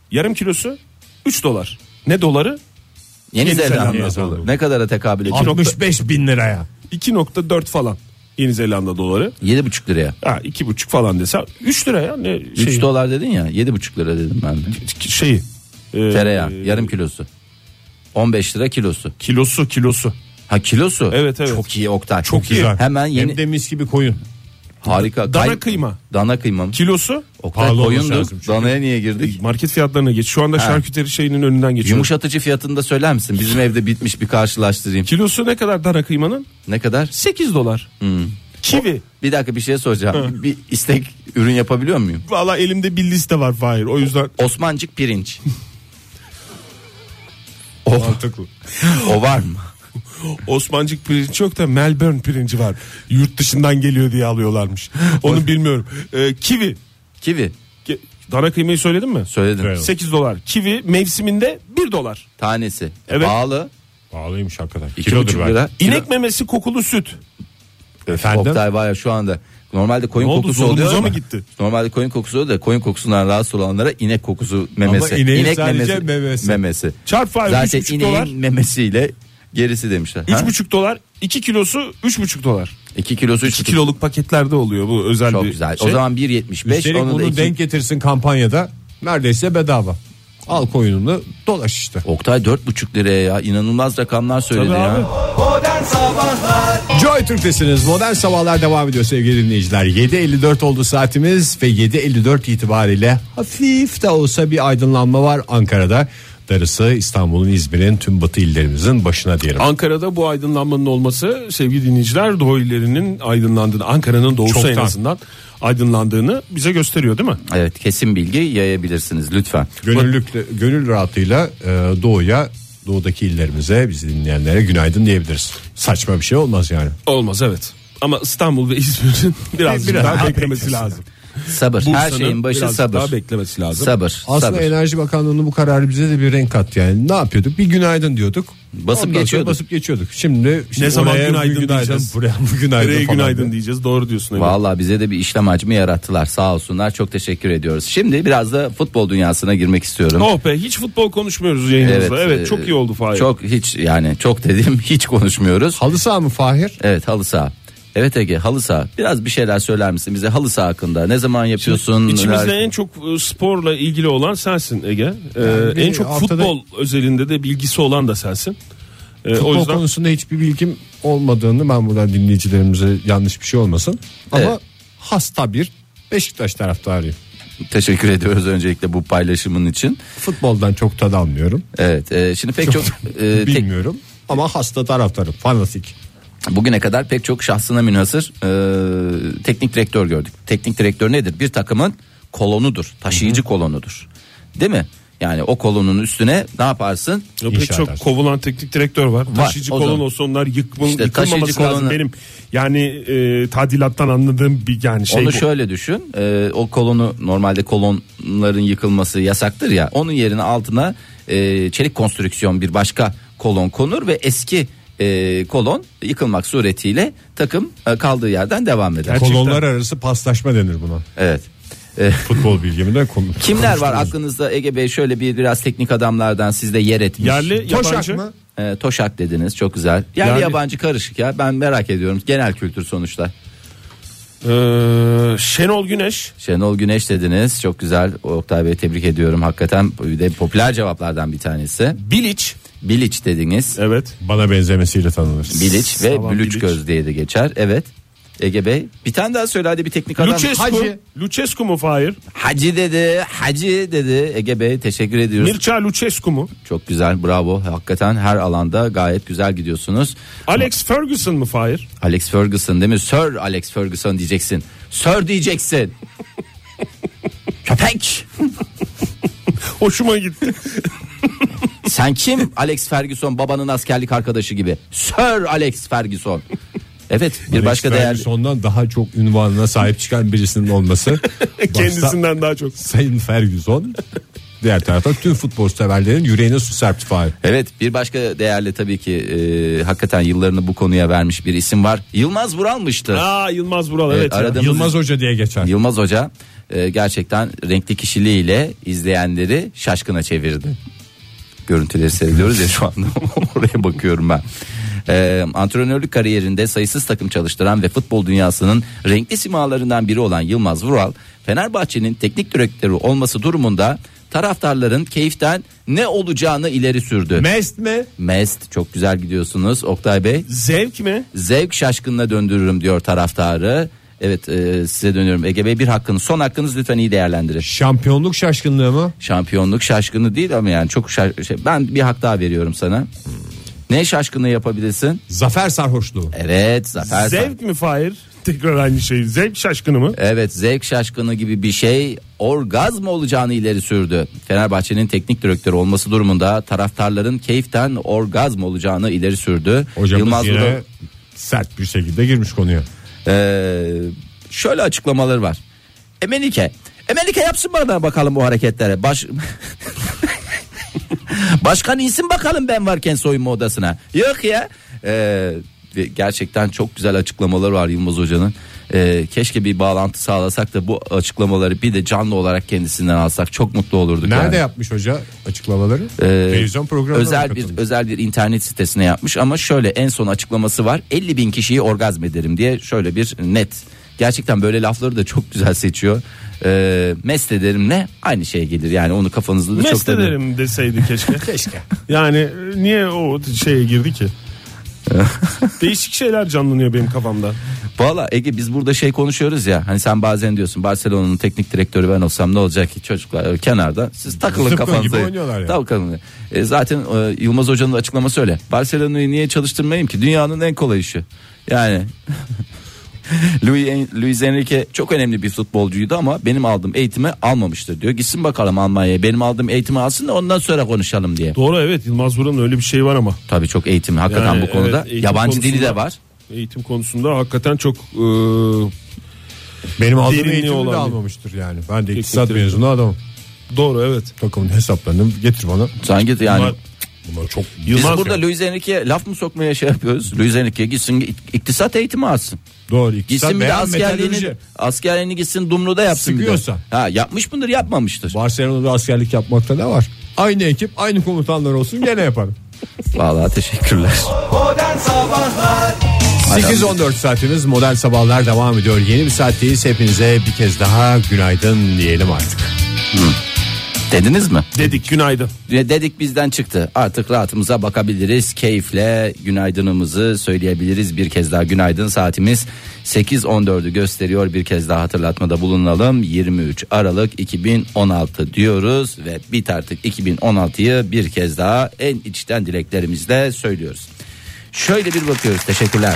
[SPEAKER 5] yarım kilosu üç dolar. Ne doları?
[SPEAKER 4] Yeni,
[SPEAKER 5] Yeni
[SPEAKER 4] Zelanda
[SPEAKER 5] Zelanda
[SPEAKER 4] doları. Ne kadara tekabül ediyor?
[SPEAKER 3] altmış beş bin liraya.
[SPEAKER 5] iki nokta dört falan. Yeni Zelanda doları.
[SPEAKER 4] yedi buçuk liraya.
[SPEAKER 5] Ha iki buçuk falan dese üç lira ya ne şey.
[SPEAKER 4] üç dolar dedin ya, yedi buçuk lira dedim ben de.
[SPEAKER 5] Şeyi. E,
[SPEAKER 4] Tereyağı yarım kilosu. on beş lira kilosu.
[SPEAKER 5] Kilosu kilosu.
[SPEAKER 4] Ha kilosu.
[SPEAKER 5] Evet, evet.
[SPEAKER 4] Çok iyi Oktay.
[SPEAKER 5] Çok iyi.
[SPEAKER 3] Güzel.
[SPEAKER 4] Hemen yeni
[SPEAKER 3] Hem de mis gibi koyun.
[SPEAKER 4] harika.
[SPEAKER 5] Dana
[SPEAKER 4] Kay-
[SPEAKER 5] kıyma.
[SPEAKER 4] Dana kıyma mı?
[SPEAKER 5] Kilosu
[SPEAKER 4] Oktay
[SPEAKER 3] Pahalı olması
[SPEAKER 4] koyundu.
[SPEAKER 3] lazım çünkü.
[SPEAKER 4] Danaya niye girdik?
[SPEAKER 5] market fiyatlarına geç. Şu anda
[SPEAKER 4] Ha.
[SPEAKER 5] şarküteri şeyinin önünden geçiyor.
[SPEAKER 4] Yumuşatıcı fiyatını da söyler misin? Bizim evde bitmiş, bir karşılaştırayım.
[SPEAKER 5] Kilosu ne kadar dana kıymanın?
[SPEAKER 4] Ne kadar?
[SPEAKER 5] sekiz dolar.
[SPEAKER 4] Hmm.
[SPEAKER 5] Kivi.
[SPEAKER 4] Bir dakika, bir şey soracağım. Bir, bir istek ürün yapabiliyor muyum?
[SPEAKER 5] Valla elimde bir liste var Fahir. O yüzden
[SPEAKER 4] Osmancık pirinç. o,
[SPEAKER 3] Mantıklı.
[SPEAKER 4] o var mı?
[SPEAKER 5] Osmancık pirinç yok da Melbourne pirinci var. Yurt dışından geliyor diye alıyorlarmış. Onu bilmiyorum. Ee, kivi.
[SPEAKER 4] Kivi.
[SPEAKER 5] Ki- Dana kıymayı söyledin mi?
[SPEAKER 4] Söyledim.
[SPEAKER 3] Evet.
[SPEAKER 5] sekiz dolar. Kivi mevsiminde bir dolar.
[SPEAKER 4] Tanesi.
[SPEAKER 5] Evet.
[SPEAKER 4] Pahalı.
[SPEAKER 3] Pahalıymış hakikaten.
[SPEAKER 4] iki buçuk lira.
[SPEAKER 5] İnek memesi kokulu süt.
[SPEAKER 3] Efendim?
[SPEAKER 4] Oktay var ya şu anda. Normalde koyun
[SPEAKER 5] Ne oldu,
[SPEAKER 4] kokusu
[SPEAKER 5] zorumuza
[SPEAKER 4] oluyor ama.
[SPEAKER 5] mı gitti?
[SPEAKER 4] Normalde koyun kokusu oluyor da koyun kokusundan rahatsız olanlara inek kokusu memesi.
[SPEAKER 3] Ama ineğin
[SPEAKER 4] İnek
[SPEAKER 3] sadece memesi.
[SPEAKER 4] memesi.
[SPEAKER 5] Çarp Fahir üç
[SPEAKER 4] Zaten
[SPEAKER 5] buçuk
[SPEAKER 4] ineğin
[SPEAKER 5] dolar.
[SPEAKER 4] memesiyle gerisi demişler.
[SPEAKER 5] Üç
[SPEAKER 4] Ha?
[SPEAKER 5] buçuk dolar. iki kilosu üç buçuk dolar.
[SPEAKER 4] İki kilosu üç
[SPEAKER 5] iki
[SPEAKER 4] buçuk.
[SPEAKER 5] kiloluk paketlerde oluyor bu özel
[SPEAKER 4] Çok
[SPEAKER 5] bir
[SPEAKER 4] güzel.
[SPEAKER 5] şey.
[SPEAKER 4] O zaman bir yetmiş beş.
[SPEAKER 3] Üstelik
[SPEAKER 4] Onu da
[SPEAKER 3] bunu
[SPEAKER 4] iki...
[SPEAKER 3] denk getirsin kampanyada neredeyse bedava. Al koyununu dolaş işte.
[SPEAKER 4] Oktay dört buçuk liraya ya. İnanılmaz rakamlar söyledi
[SPEAKER 5] Tabii
[SPEAKER 4] ya.
[SPEAKER 5] abi.
[SPEAKER 2] Modern Sabahlar
[SPEAKER 3] Joy Türk'tesiniz. Modern Sabahlar devam ediyor sevgili dinleyiciler. yedi elli dört oldu saatimiz ve yedi elli dört itibariyle hafif de olsa bir aydınlanma var Ankara'da. Darısı İstanbul'un, İzmir'in, tüm batı illerimizin başına diyelim.
[SPEAKER 5] Ankara'da bu aydınlanmanın olması sevgili dinleyiciler doğu illerinin aydınlandığını, Ankara'nın doğusu
[SPEAKER 3] Çoktan.
[SPEAKER 5] en azından aydınlandığını bize gösteriyor değil mi?
[SPEAKER 4] Evet, kesin bilgi yayabilirsiniz lütfen.
[SPEAKER 3] Gönüllükle, gönül rahatlığıyla e, doğuya, doğudaki illerimize, bizi dinleyenlere günaydın diyebiliriz. Saçma bir şey olmaz yani.
[SPEAKER 5] Olmaz evet. Ama İstanbul ve İzmir'in biraz,
[SPEAKER 3] Biraz
[SPEAKER 5] daha
[SPEAKER 3] daha
[SPEAKER 5] beklemesi
[SPEAKER 3] beklesin.
[SPEAKER 5] lazım.
[SPEAKER 4] Sabır. Her
[SPEAKER 5] Bursa'nın
[SPEAKER 4] şeyin başı
[SPEAKER 5] biraz
[SPEAKER 4] sabır.
[SPEAKER 5] daha beklemesi lazım.
[SPEAKER 4] Sabır.
[SPEAKER 3] Aslında
[SPEAKER 4] sabır.
[SPEAKER 3] Enerji Bakanlığı'nın bu kararı bize de bir renk kattı yani. Ne yapıyorduk? Bir günaydın diyorduk.
[SPEAKER 4] Basıp
[SPEAKER 3] Ondan sonra
[SPEAKER 4] geçiyorduk.
[SPEAKER 3] Basıp geçiyorduk. Şimdi, şimdi
[SPEAKER 5] Ne zaman
[SPEAKER 3] oraya
[SPEAKER 5] günaydın
[SPEAKER 3] bugün günaydın,
[SPEAKER 5] diyeceğiz?
[SPEAKER 3] buraya bu günaydın
[SPEAKER 5] Nereye
[SPEAKER 3] falan
[SPEAKER 5] günaydın
[SPEAKER 3] diye.
[SPEAKER 5] diyeceğiz. Doğru diyorsun. Evet.
[SPEAKER 4] Vallahi bize de bir işlem hacmi yarattılar. Sağ olsunlar. Çok teşekkür ediyoruz. Şimdi biraz da futbol dünyasına girmek istiyorum.
[SPEAKER 5] Oh be hiç futbol konuşmuyoruz yayınımızda. Evet,
[SPEAKER 4] e,
[SPEAKER 5] çok iyi oldu Fahir.
[SPEAKER 4] Çok hiç yani çok dedim hiç konuşmuyoruz.
[SPEAKER 3] Halı saha mı Fahir?
[SPEAKER 4] Evet, halı saha. Evet Ege, halı saha. Biraz bir şeyler söyler misin bize halı saha hakkında? Ne zaman yapıyorsun?
[SPEAKER 5] İçimizde
[SPEAKER 4] Neler-
[SPEAKER 5] en çok e, sporla ilgili olan sensin Ege. Ee,
[SPEAKER 3] Yani
[SPEAKER 5] en çok
[SPEAKER 3] haftada-
[SPEAKER 5] futbol özelinde de bilgisi olan da sensin. Ee,
[SPEAKER 3] Futbol
[SPEAKER 5] o yüzden
[SPEAKER 3] konusunda hiçbir bilgim olmadığını, ben buradan dinleyicilerimize yanlış bir şey olmasın. Ama
[SPEAKER 4] Evet.
[SPEAKER 3] hasta bir Beşiktaş taraftarıyım.
[SPEAKER 4] Teşekkür ediyoruz öncelikle bu paylaşımın için.
[SPEAKER 3] Futboldan çok tad almıyorum.
[SPEAKER 4] Evet, e, şimdi pek çok, e, tek-
[SPEAKER 3] Bilmiyorum ama hasta taraftarım, fanatik.
[SPEAKER 4] bugüne kadar pek çok şahsına münhasır e, teknik direktör gördük. Teknik direktör nedir? Bir takımın kolonudur, taşıyıcı kolonudur. Değil mi? Yani o kolonun üstüne ne yaparsın?
[SPEAKER 5] Ya pek
[SPEAKER 3] İnşa
[SPEAKER 5] çok
[SPEAKER 3] edersin.
[SPEAKER 5] kovulan teknik direktör var. Taşıyıcı
[SPEAKER 4] o
[SPEAKER 5] kolon
[SPEAKER 4] zaman.
[SPEAKER 5] olsa onlar yıkma,
[SPEAKER 4] İşte
[SPEAKER 5] yıkılmaması
[SPEAKER 4] taşıyıcı
[SPEAKER 5] lazım.
[SPEAKER 4] kolonu-
[SPEAKER 5] Benim yani e, tadilattan anladığım bir yani şey
[SPEAKER 4] Onu
[SPEAKER 5] bu.
[SPEAKER 4] şöyle düşün. e, o kolonu, normalde kolonların yıkılması yasaktır ya. Onun yerine altına e, çelik konstrüksiyon bir başka kolon konur ve eski e, kolon yıkılmak suretiyle takım e, kaldığı yerden devam eder.
[SPEAKER 5] Gerçekten.
[SPEAKER 3] Kolonlar arası paslaşma denir buna.
[SPEAKER 4] Evet. E,
[SPEAKER 3] Futbol bilgimi de konu.
[SPEAKER 4] kimler var
[SPEAKER 3] konuştunuz.
[SPEAKER 4] aklınızda Ege Bey, şöyle bir biraz teknik adamlardan sizde yer etmiş?
[SPEAKER 5] Yerli
[SPEAKER 3] Toşak
[SPEAKER 5] yabancı.
[SPEAKER 3] mı?
[SPEAKER 4] E, Toşak dediniz, çok güzel. Yerli
[SPEAKER 5] Yerli.
[SPEAKER 4] yabancı karışık ya, ben merak ediyorum. Genel kültür sonuçta.
[SPEAKER 5] Ee, Şenol Güneş.
[SPEAKER 4] Şenol Güneş dediniz, çok güzel. Oktay Bey, tebrik ediyorum. Hakikaten bir de popüler cevaplardan bir tanesi.
[SPEAKER 5] Bilic.
[SPEAKER 4] Bilic dediniz.
[SPEAKER 5] Evet.
[SPEAKER 3] Bana benzemesiyle tanınır.
[SPEAKER 4] Bilic ve
[SPEAKER 5] Savan
[SPEAKER 4] Bülüç
[SPEAKER 5] Bilic.
[SPEAKER 4] göz diye de geçer. Evet. Ege Bey bir tane daha söyle hadi, bir teknik adam.
[SPEAKER 5] Lucescu.
[SPEAKER 3] Hacı.
[SPEAKER 5] Lucescu mu Fahir?
[SPEAKER 4] Hacı dedi, Hacı dedi. Ege Bey teşekkür ediyoruz.
[SPEAKER 5] Mircea Lucescu mu?
[SPEAKER 4] Çok güzel, bravo. Hakikaten her alanda gayet güzel gidiyorsunuz.
[SPEAKER 5] Alex Ferguson mu Fahir?
[SPEAKER 4] Alex Ferguson değil mi? Sir Alex Ferguson diyeceksin. Sir diyeceksin. Köpek.
[SPEAKER 5] Hoşuma gitti.
[SPEAKER 4] Sen kim? Alex Ferguson, babanın askerlik arkadaşı gibi. Sir Alex Ferguson. Evet, bir
[SPEAKER 3] Alex
[SPEAKER 4] başka değerli.
[SPEAKER 3] Ferguson'dan daha çok ünvanına sahip çıkan birisinin olması. Başta
[SPEAKER 5] Kendisinden daha çok.
[SPEAKER 3] Sayın Ferguson. Diğer taraftan tüm futbol severlerin yüreğine su serpti Fahir.
[SPEAKER 4] Evet, bir başka değerli tabii ki e, hakikaten yıllarını bu konuya vermiş bir isim var. Yılmaz Vural'mıştı.
[SPEAKER 5] Aa Yılmaz Vural
[SPEAKER 4] Evet,
[SPEAKER 5] evet. ya.
[SPEAKER 4] aradığımız-
[SPEAKER 3] Yılmaz Hoca diye geçer.
[SPEAKER 4] Yılmaz Hoca e, gerçekten renkli kişiliğiyle izleyenleri şaşkına çevirdi. Görüntüleri seyrediyoruz ya şu anda oraya bakıyorum ben. Ee, antrenörlük kariyerinde sayısız takım çalıştıran ve futbol dünyasının renkli simalarından biri olan Yılmaz Vural, Fenerbahçe'nin teknik direktörü olması durumunda taraftarların keyiften ne olacağını ileri sürdü.
[SPEAKER 3] Mest mi?
[SPEAKER 4] Mest, çok güzel gidiyorsunuz Oktay Bey.
[SPEAKER 5] Zevk mi?
[SPEAKER 4] Zevk şaşkınına döndürürüm diyor taraftarı. Evet, e, size dönüyorum Ege Bey, bir hakkınız, son hakkınız, lütfen iyi değerlendirin.
[SPEAKER 3] Şampiyonluk şaşkınlığı mı?
[SPEAKER 4] Şampiyonluk şaşkını değil ama yani çok şaş- şey, ben bir hak daha veriyorum sana. Ne şaşkınlığı yapabilirsin?
[SPEAKER 3] Zafer sarhoşluğu.
[SPEAKER 4] Evet, zafer.
[SPEAKER 5] Zevk mi Fahir? Tekrar aynı şey. Zevk şaşkını mı?
[SPEAKER 4] Evet, zevk şaşkını gibi bir şey, orgazm olacağını ileri sürdü. Fenerbahçe'nin teknik direktörü olması durumunda taraftarların keyiften orgazm olacağını ileri sürdü.
[SPEAKER 3] Hocamız
[SPEAKER 4] Yılmaz
[SPEAKER 3] yine
[SPEAKER 4] Vural,
[SPEAKER 3] sert bir şekilde girmiş konuya.
[SPEAKER 4] Ee, şöyle açıklamaları var. Emenike, Emenike yapsın bana bakalım bu hareketlere. Baş... Başkan insin bakalım ben varken soyunma odasına. Yok ya. Ee, gerçekten çok güzel açıklamaları var Yılmaz Hoca'nın. Ee, keşke bir bağlantı sağlasak da bu açıklamaları bir de canlı olarak kendisinden alsak, çok mutlu olurduk.
[SPEAKER 3] Nerede
[SPEAKER 4] yani.
[SPEAKER 3] yapmış hoca açıklamaları?
[SPEAKER 4] Ee,
[SPEAKER 3] Televizyon programına
[SPEAKER 4] özel bir özel bir internet sitesine yapmış ama şöyle en son açıklaması var. elli bin kişiyi orgazm ederim diye, şöyle bir net. Gerçekten böyle lafları da çok güzel seçiyor. Ee, mest ederim ne? Aynı şeye gelir yani, onu kafanızda da çok
[SPEAKER 5] Mest
[SPEAKER 4] da...
[SPEAKER 5] ederim deseydi keşke.
[SPEAKER 3] Keşke.
[SPEAKER 5] Yani niye o şeye girdi ki? Değişik şeyler canlanıyor benim kafamda.
[SPEAKER 4] Valla Ege, biz burada şey konuşuyoruz ya, hani sen bazen diyorsun Barcelona'nın teknik direktörü ben olsam ne olacak ki, çocuklar kenarda siz takılın
[SPEAKER 3] Zıpkın
[SPEAKER 4] kafanıza.
[SPEAKER 3] gibi oynuyorlar ya.
[SPEAKER 4] Takılın. E, zaten e, Yılmaz Hoca'nın açıklaması öyle. Barcelona'yı niye çalıştırmayayım ki, dünyanın en kolay işi. Yani Luis, Luis Enrique çok önemli bir futbolcuydu ama benim aldığım eğitimi almamıştır diyor. Gitsin bakalım Almanya'ya, benim aldığım eğitimi alsın da ondan sonra konuşalım diye.
[SPEAKER 5] Doğru, evet, Yılmaz Vural'ın öyle bir şey var ama.
[SPEAKER 4] Tabii çok eğitim hakikaten
[SPEAKER 5] Yani
[SPEAKER 4] bu konuda.
[SPEAKER 5] evet,
[SPEAKER 4] Yabancı
[SPEAKER 5] konusunda,
[SPEAKER 4] dili de var.
[SPEAKER 5] Eğitim konusunda hakikaten çok e,
[SPEAKER 3] Benim aldığım
[SPEAKER 5] derinliği
[SPEAKER 3] eğitimi de
[SPEAKER 5] olan bir-
[SPEAKER 3] almamıştır yani. Ben de iktisat
[SPEAKER 5] Teknik
[SPEAKER 3] mezunu adamım.
[SPEAKER 5] doğru, evet.
[SPEAKER 3] Takımın hesaplarını getir bana.
[SPEAKER 4] Sen git yani.
[SPEAKER 5] Bunlar-
[SPEAKER 3] Bunlar çok
[SPEAKER 4] Biz
[SPEAKER 5] Yılmaz
[SPEAKER 4] burada
[SPEAKER 5] ya.
[SPEAKER 4] Luis Enrique'ye laf mı sokmaya şey yapıyoruz? Luis Enrique gitsin ik- iktisat eğitimi alsın.
[SPEAKER 3] doğru. İktisat
[SPEAKER 4] Gitsin bir de
[SPEAKER 3] veya
[SPEAKER 4] askerliğini,
[SPEAKER 3] metalürji.
[SPEAKER 4] askerliğini gitsin Dumlu'da yapsın. bir de.
[SPEAKER 3] Sıkıyorsa.
[SPEAKER 4] Ha, yapmış mıdır yapmamıştır.
[SPEAKER 3] Barcelona'da askerlik yapmakta ne var? Aynı ekip, aynı komutanlar olsun gene yaparım.
[SPEAKER 4] Vallahi teşekkürler.
[SPEAKER 2] Modern Sabahlar
[SPEAKER 3] sekiz on dört saatimiz, modern sabahlar devam ediyor. Yeni bir saatteyiz. Hepinize bir kez daha günaydın diyelim artık.
[SPEAKER 4] Dediniz mi?
[SPEAKER 5] Dedik, günaydın.
[SPEAKER 4] Dedik, bizden çıktı. Artık rahatımıza bakabiliriz. Keyifle günaydınımızı söyleyebiliriz. Bir kez daha günaydın. Saatimiz sekiz on dördü gösteriyor. Bir kez daha hatırlatmada bulunalım. yirmi üç Aralık iki bin on altı diyoruz ve bit artık iki bin on altıyı bir kez daha en içten dileklerimizle söylüyoruz. Şöyle bir bakıyoruz. Teşekkürler.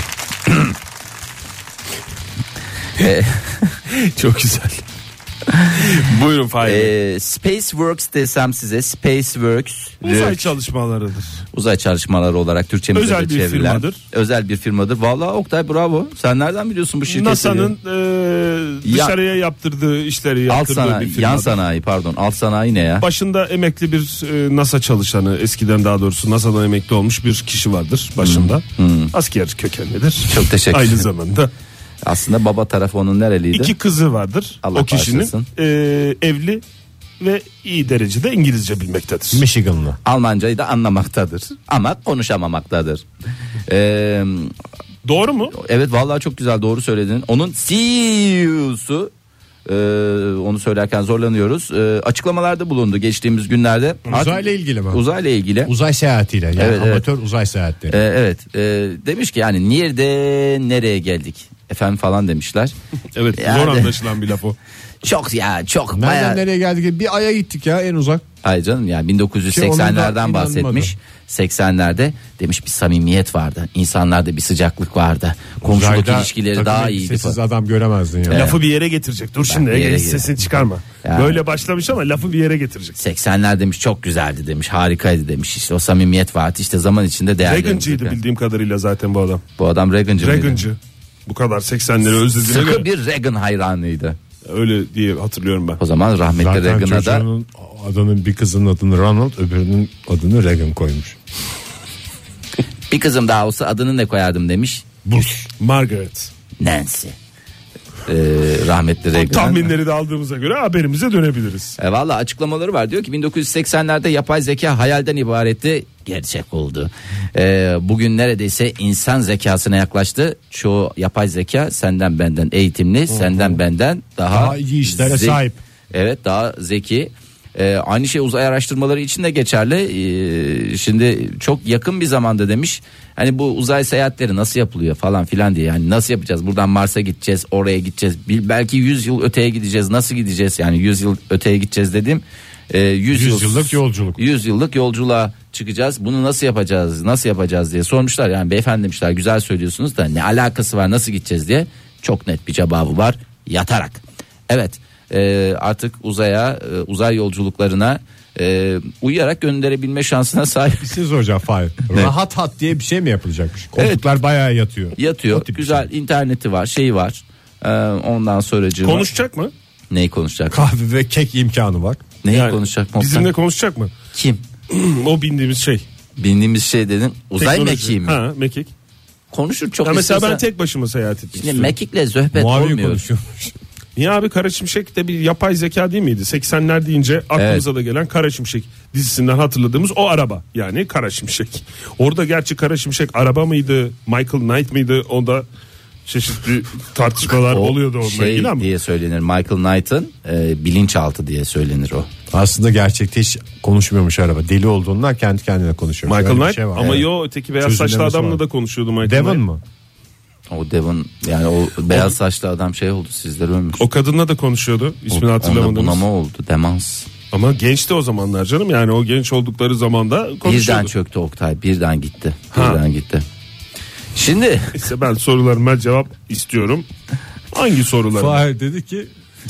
[SPEAKER 5] Çok güzel. Buyurun Fahir.
[SPEAKER 4] Ee, Spaceworks desem size, Spaceworks
[SPEAKER 5] Uzay çalışmalarıdır.
[SPEAKER 4] uzay çalışmaları olarak Türkçemize
[SPEAKER 5] Özel
[SPEAKER 4] de
[SPEAKER 5] bir
[SPEAKER 4] çevrilen
[SPEAKER 5] firmadır.
[SPEAKER 4] özel bir firmadır. Vallahi Oktay bravo. Sen nereden biliyorsun bu şirketi?
[SPEAKER 5] NASA'nın e, dışarıya yaptırdığı işleri
[SPEAKER 4] alt
[SPEAKER 5] yaptırdığı bir
[SPEAKER 4] sanayi,
[SPEAKER 5] firmadır.
[SPEAKER 4] yan sanayi pardon. Alt sanayi ne ya?
[SPEAKER 5] Başında emekli bir e, NASA çalışanı, eskiden daha doğrusu NASA'dan emekli olmuş bir kişi vardır başında. Asker kökenlidir.
[SPEAKER 4] Çok teşekkür
[SPEAKER 5] Aynı
[SPEAKER 4] ederim.
[SPEAKER 5] zamanda.
[SPEAKER 4] Aslında baba tarafı onun nereliydi?
[SPEAKER 5] İki kızı vardır.
[SPEAKER 4] Allah
[SPEAKER 5] o kişinin
[SPEAKER 4] bağışlasın.
[SPEAKER 5] e, evli ve iyi derecede İngilizce bilmektedir.
[SPEAKER 3] Michiganlı.
[SPEAKER 4] Almancayı da anlamaktadır ama konuşamamaktadır. Ee,
[SPEAKER 5] Doğru mu?
[SPEAKER 4] evet vallahi çok güzel, doğru söyledin. Onun C E O'su e, onu söylerken zorlanıyoruz. E, açıklamalarda bulundu geçtiğimiz günlerde.
[SPEAKER 3] Uzayla ilgili mi?
[SPEAKER 4] Uzayla ilgili.
[SPEAKER 3] Uzay seyahatiyle yani
[SPEAKER 4] Evet, evet.
[SPEAKER 3] amatör uzay seyahatleri.
[SPEAKER 4] Ee, evet e, demiş ki yani nerede nereye geldik efendim falan demişler.
[SPEAKER 5] Evet,
[SPEAKER 4] Yani-
[SPEAKER 5] zor anlaşılan bir laf o.
[SPEAKER 4] Çok ya çok
[SPEAKER 3] Nereden
[SPEAKER 4] bayağı.
[SPEAKER 3] nereye geldik? Bir aya gittik ya en uzak.
[SPEAKER 4] Hayır canım, yani bin dokuz yüz
[SPEAKER 3] Ki onun da
[SPEAKER 4] seksenlerden bahsetmiş.
[SPEAKER 3] inanmadı.
[SPEAKER 4] seksenlerde demiş bir samimiyet vardı. İnsanlarda bir sıcaklık vardı. Komşuluk
[SPEAKER 3] Uzayda
[SPEAKER 4] ilişkileri
[SPEAKER 3] takım
[SPEAKER 4] daha
[SPEAKER 3] elbisesiz
[SPEAKER 4] iyiydi.
[SPEAKER 3] adam göremezdin ya.
[SPEAKER 5] Lafı bir yere getirecek. Dur şimdi
[SPEAKER 4] bir yere
[SPEAKER 5] Ege,
[SPEAKER 4] gir-
[SPEAKER 5] sesini çıkarma.
[SPEAKER 4] Ya.
[SPEAKER 5] Böyle başlamış ama lafı bir yere getirecek.
[SPEAKER 4] seksenler demiş çok güzeldi demiş, harikaydı demiş, işte o samimiyet vardı, işte zaman içinde değerlendirecek.
[SPEAKER 5] Reagan'cıydı bildiğim kadarıyla zaten bu adam.
[SPEAKER 4] Bu adam Reagan'cı mıydı?
[SPEAKER 5] Reagan'cı. Bu kadar seksenleri özlediğine
[SPEAKER 4] Sıkı
[SPEAKER 5] göre
[SPEAKER 4] bir Reagan hayranıydı.
[SPEAKER 5] öyle diye hatırlıyorum ben.
[SPEAKER 4] O zaman rahmetli
[SPEAKER 3] Zaten
[SPEAKER 4] Reagan'a da
[SPEAKER 3] çocuğunun adının bir kızının adını Ronald, öbürünün adını Reagan koymuş.
[SPEAKER 4] bir kızım daha olsa adını ne koyardım demiş.
[SPEAKER 3] Bush.
[SPEAKER 5] Margaret.
[SPEAKER 4] Nancy. e, rahmetli Reagan.
[SPEAKER 5] Tahminleri de aldığımıza göre haberimize dönebiliriz.
[SPEAKER 4] E, Valla açıklamaları var, diyor ki bin dokuz yüz seksenlerde yapay zeka hayalden ibaretti, gerçek oldu. E, bugün neredeyse insan zekasına yaklaştı. Çoğu yapay zeka senden benden eğitimli, Hı-hı. senden benden daha,
[SPEAKER 3] daha iyi işlere
[SPEAKER 4] ze-
[SPEAKER 3] sahip.
[SPEAKER 4] Evet, daha zeki. Ee, aynı şey uzay araştırmaları için de geçerli. Ee, şimdi çok yakın bir zamanda demiş, hani bu uzay seyahatleri nasıl yapılıyor falan filan diye, yani nasıl yapacağız, buradan Mars'a gideceğiz, oraya gideceğiz, belki yüz yıl öteye gideceğiz, nasıl gideceğiz, yani yüz yıl öteye gideceğiz dedim. Ee, yüz
[SPEAKER 3] yıllık yolculuk.
[SPEAKER 4] yüz yıllık yolculuğa çıkacağız, bunu nasıl yapacağız nasıl yapacağız diye sormuşlar. Yani beyefendi demişler, güzel söylüyorsunuz da ne alakası var, nasıl gideceğiz diye. Çok net bir cevabı var: yatarak. Evet. Ee, artık uzaya, e, uzay yolculuklarına e, uyuyarak gönderebilme şansına sahip.
[SPEAKER 3] Bir şey soracağım Fahir. Rahat hat diye bir şey mi yapılacakmış? Koltuklar evet. Bayağı yatıyor.
[SPEAKER 4] Yatıyor. Güzel şey. İnterneti var, şeyi var. Ee, ondan sonracığıma.
[SPEAKER 5] Konuşacak mı?
[SPEAKER 4] Neyi konuşacak?
[SPEAKER 3] Kahve ve kek imkanı var.
[SPEAKER 4] Neyi
[SPEAKER 5] yani,
[SPEAKER 4] konuşacak?
[SPEAKER 5] Bizimle konuşacak mı?
[SPEAKER 4] Kim?
[SPEAKER 5] O bindiğimiz şey.
[SPEAKER 4] Bindiğimiz şey dedin. Uzay
[SPEAKER 5] Teknoloji.
[SPEAKER 4] mekiği mi?
[SPEAKER 5] Ha, mekik.
[SPEAKER 4] Konuşur çok.
[SPEAKER 5] Ya mesela
[SPEAKER 4] istiyorsa...
[SPEAKER 5] ben tek başıma seyahat ettim.
[SPEAKER 4] Şimdi mekikle zöhbet
[SPEAKER 3] Muavin
[SPEAKER 4] olmuyor.
[SPEAKER 3] konuşuyormuş.
[SPEAKER 5] Niye abi, Kara Şimşek de bir yapay zeka değil miydi? seksenler deyince aklımıza evet. da gelen Kara Şimşek dizisinden hatırladığımız o araba. Yani Kara Şimşek. Orada gerçi Kara Şimşek araba mıydı? Michael Knight mıydı? Onda çeşitli tartışmalar oluyordu onunla
[SPEAKER 4] şey
[SPEAKER 5] ilgili ama.
[SPEAKER 4] Diye söylenir. Michael Knight'ın e, bilinçaltı diye söylenir o.
[SPEAKER 3] Aslında gerçekte hiç konuşmuyormuş araba. Deli olduğundan kendi kendine konuşuyor.
[SPEAKER 5] Michael Knight
[SPEAKER 3] şey
[SPEAKER 5] ama evet. yo öteki beyaz saçlı adamla var. Da konuşuyordu Michael
[SPEAKER 3] Devon
[SPEAKER 5] Knight.
[SPEAKER 3] mu?
[SPEAKER 4] O Devon, yani o beyaz saçlı adam şey oldu, sizler ölmüş.
[SPEAKER 5] O kadınla da konuşuyordu. İsmini
[SPEAKER 4] o,
[SPEAKER 5] hatırlamadınız.
[SPEAKER 4] Onda bunama oldu, demans.
[SPEAKER 5] Ama gençti o zamanlar canım, yani o genç oldukları zamanda konuşuyordu.
[SPEAKER 4] Birden çöktü Oktay, birden gitti. Birden ha. gitti. Şimdi
[SPEAKER 5] İşte ben sorularıma cevap istiyorum. Hangi sorular?
[SPEAKER 3] Fahir dedi ki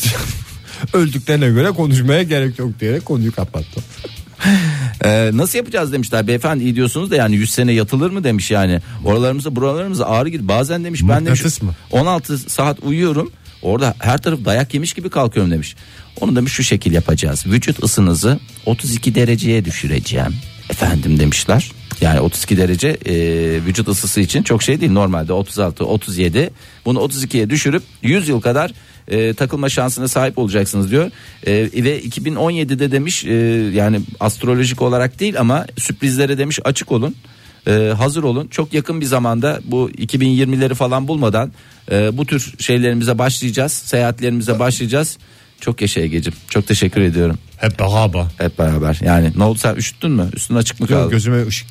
[SPEAKER 3] öldüklerine göre konuşmaya gerek yok diyerek konuyu kapattı.
[SPEAKER 4] Ee, nasıl yapacağız demişler, beyefendi iyi diyorsunuz da yani yüz sene yatılır mı demiş, yani oralarımıza buralarımıza ağrı gir bazen demiş. Ben demiş on altı saat uyuyorum, orada her taraf dayak yemiş gibi kalkıyorum demiş. Onu demiş şu şekil yapacağız, vücut ısınızı otuz iki dereceye düşüreceğim efendim demişler. Yani otuz iki derece e, vücut ısısı için çok şey değil, normalde otuz altı otuz yedi, bunu otuz ikiye düşürüp yüz yıl kadar e, takılma şansına sahip olacaksınız diyor. E, ve iki bin on yedide demiş e, yani astrolojik olarak değil ama sürprizlere demiş açık olun, e, hazır olun, çok yakın bir zamanda bu iki bin yirmileri falan bulmadan e, bu tür şeylerimize başlayacağız, seyahatlerimize başlayacağız. Çok yaşa Egeciğim, çok teşekkür ediyorum.
[SPEAKER 3] Hep beraber.
[SPEAKER 4] Hep beraber. Yani ne oldu, sen üşüttün mü? Üstün açık mı kaldı?
[SPEAKER 3] Gözüme ışık.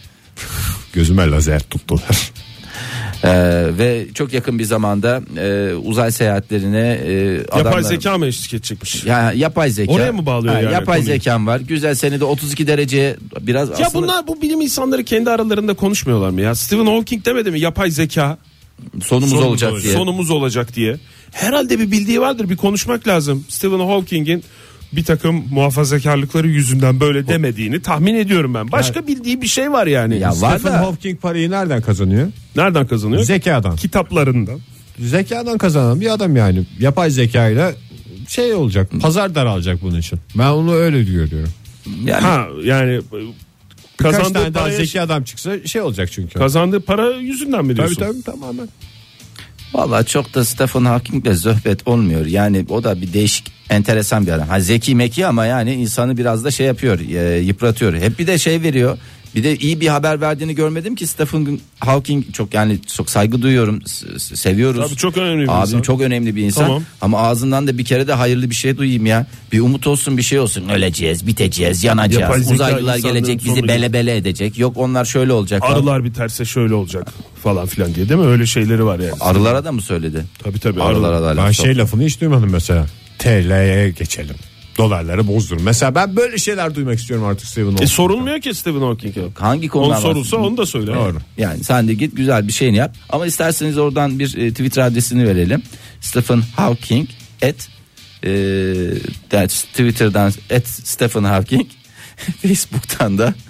[SPEAKER 3] Gözüme lazer tuttular.
[SPEAKER 4] Ee, ve çok yakın bir zamanda e, uzay seyahatlerine e,
[SPEAKER 5] yapay
[SPEAKER 4] adamlar...
[SPEAKER 5] zeka mı eşlik edecekmiş?
[SPEAKER 4] Ya yapay zeka.
[SPEAKER 5] Oraya mı bağlıyor ha, yani?
[SPEAKER 4] Yapay
[SPEAKER 5] konuyu?
[SPEAKER 4] zekam var. Güzel, seni de otuz iki dereceye biraz
[SPEAKER 5] ya
[SPEAKER 4] aslında...
[SPEAKER 5] bunlar, bu bilim insanları kendi aralarında konuşmuyorlar mı ya? Stephen Hawking demedi mi yapay zeka
[SPEAKER 4] sonumuz, sonumuz olacak
[SPEAKER 5] olacak
[SPEAKER 4] diye.
[SPEAKER 5] Sonumuz olacak diye. Herhalde bir bildiği vardır, bir konuşmak lazım. Stephen Hawking'in bir takım muhafazakarlıkları yüzünden böyle demediğini tahmin ediyorum ben. Başka ya, bildiği bir şey var yani.
[SPEAKER 4] Ya
[SPEAKER 3] Stephen
[SPEAKER 4] var da...
[SPEAKER 3] Hawking parayı nereden kazanıyor?
[SPEAKER 5] Nereden kazanıyor?
[SPEAKER 3] Zekadan.
[SPEAKER 5] Kitaplarından.
[SPEAKER 3] Zekadan kazanan bir adam yani. Yapay zekayla şey olacak, pazar daralacak bunun için. Ben onu öyle görüyorum.
[SPEAKER 5] Yani, ha yani
[SPEAKER 3] birkaç tane daha zeki adam çıksa şey olacak çünkü.
[SPEAKER 5] Kazandığı para yüzünden mi diyorsun?
[SPEAKER 3] Tabii tabii tamamen.
[SPEAKER 4] Vallahi çok da Stephen Hawking'le zöhbet olmuyor. Yani o da bir değişik, enteresan bir adam. Ha, zeki meki ama yani insanı biraz da şey yapıyor, e, yıpratıyor. Hep bir de şey veriyor. Bir de iyi bir haber verdiğini görmedim ki Stephen Hawking, çok yani çok saygı duyuyorum, seviyoruz.
[SPEAKER 5] Tabii çok önemli bir
[SPEAKER 4] Abim
[SPEAKER 5] insan.
[SPEAKER 4] çok önemli bir insan.
[SPEAKER 5] Tamam.
[SPEAKER 4] Ama ağzından da bir kere de hayırlı bir şey duyayım ya. Bir umut olsun, bir şey olsun. Öleceğiz, biteceğiz, yanacağız. Uzaylılar gelecek, bizi bele bele edecek. Yok onlar şöyle olacak.
[SPEAKER 5] Arılar biterse şöyle olacak falan filan diye, değil mi? Öyle şeyleri var yani.
[SPEAKER 4] Arılara da mı söyledi?
[SPEAKER 5] Tabii tabii.
[SPEAKER 4] Arılara da.
[SPEAKER 3] Ben şey lafını hiç duymadım mesela. T L'ye geçelim. Dolarları bozdurun. Mesela ben böyle şeyler duymak istiyorum artık Stephen Hawking.
[SPEAKER 5] E sorulmuyor ki Stephen Hawking'e.
[SPEAKER 4] Hangi konular
[SPEAKER 5] onu sorulsa onu da söyle.
[SPEAKER 4] Doğru. Yani sen de git güzel bir şeyini yap. Ama isterseniz oradan bir e, Twitter adresini verelim. Stephen Hawking at e, Twitter'dan at Stephen Hawking. Facebook'tan da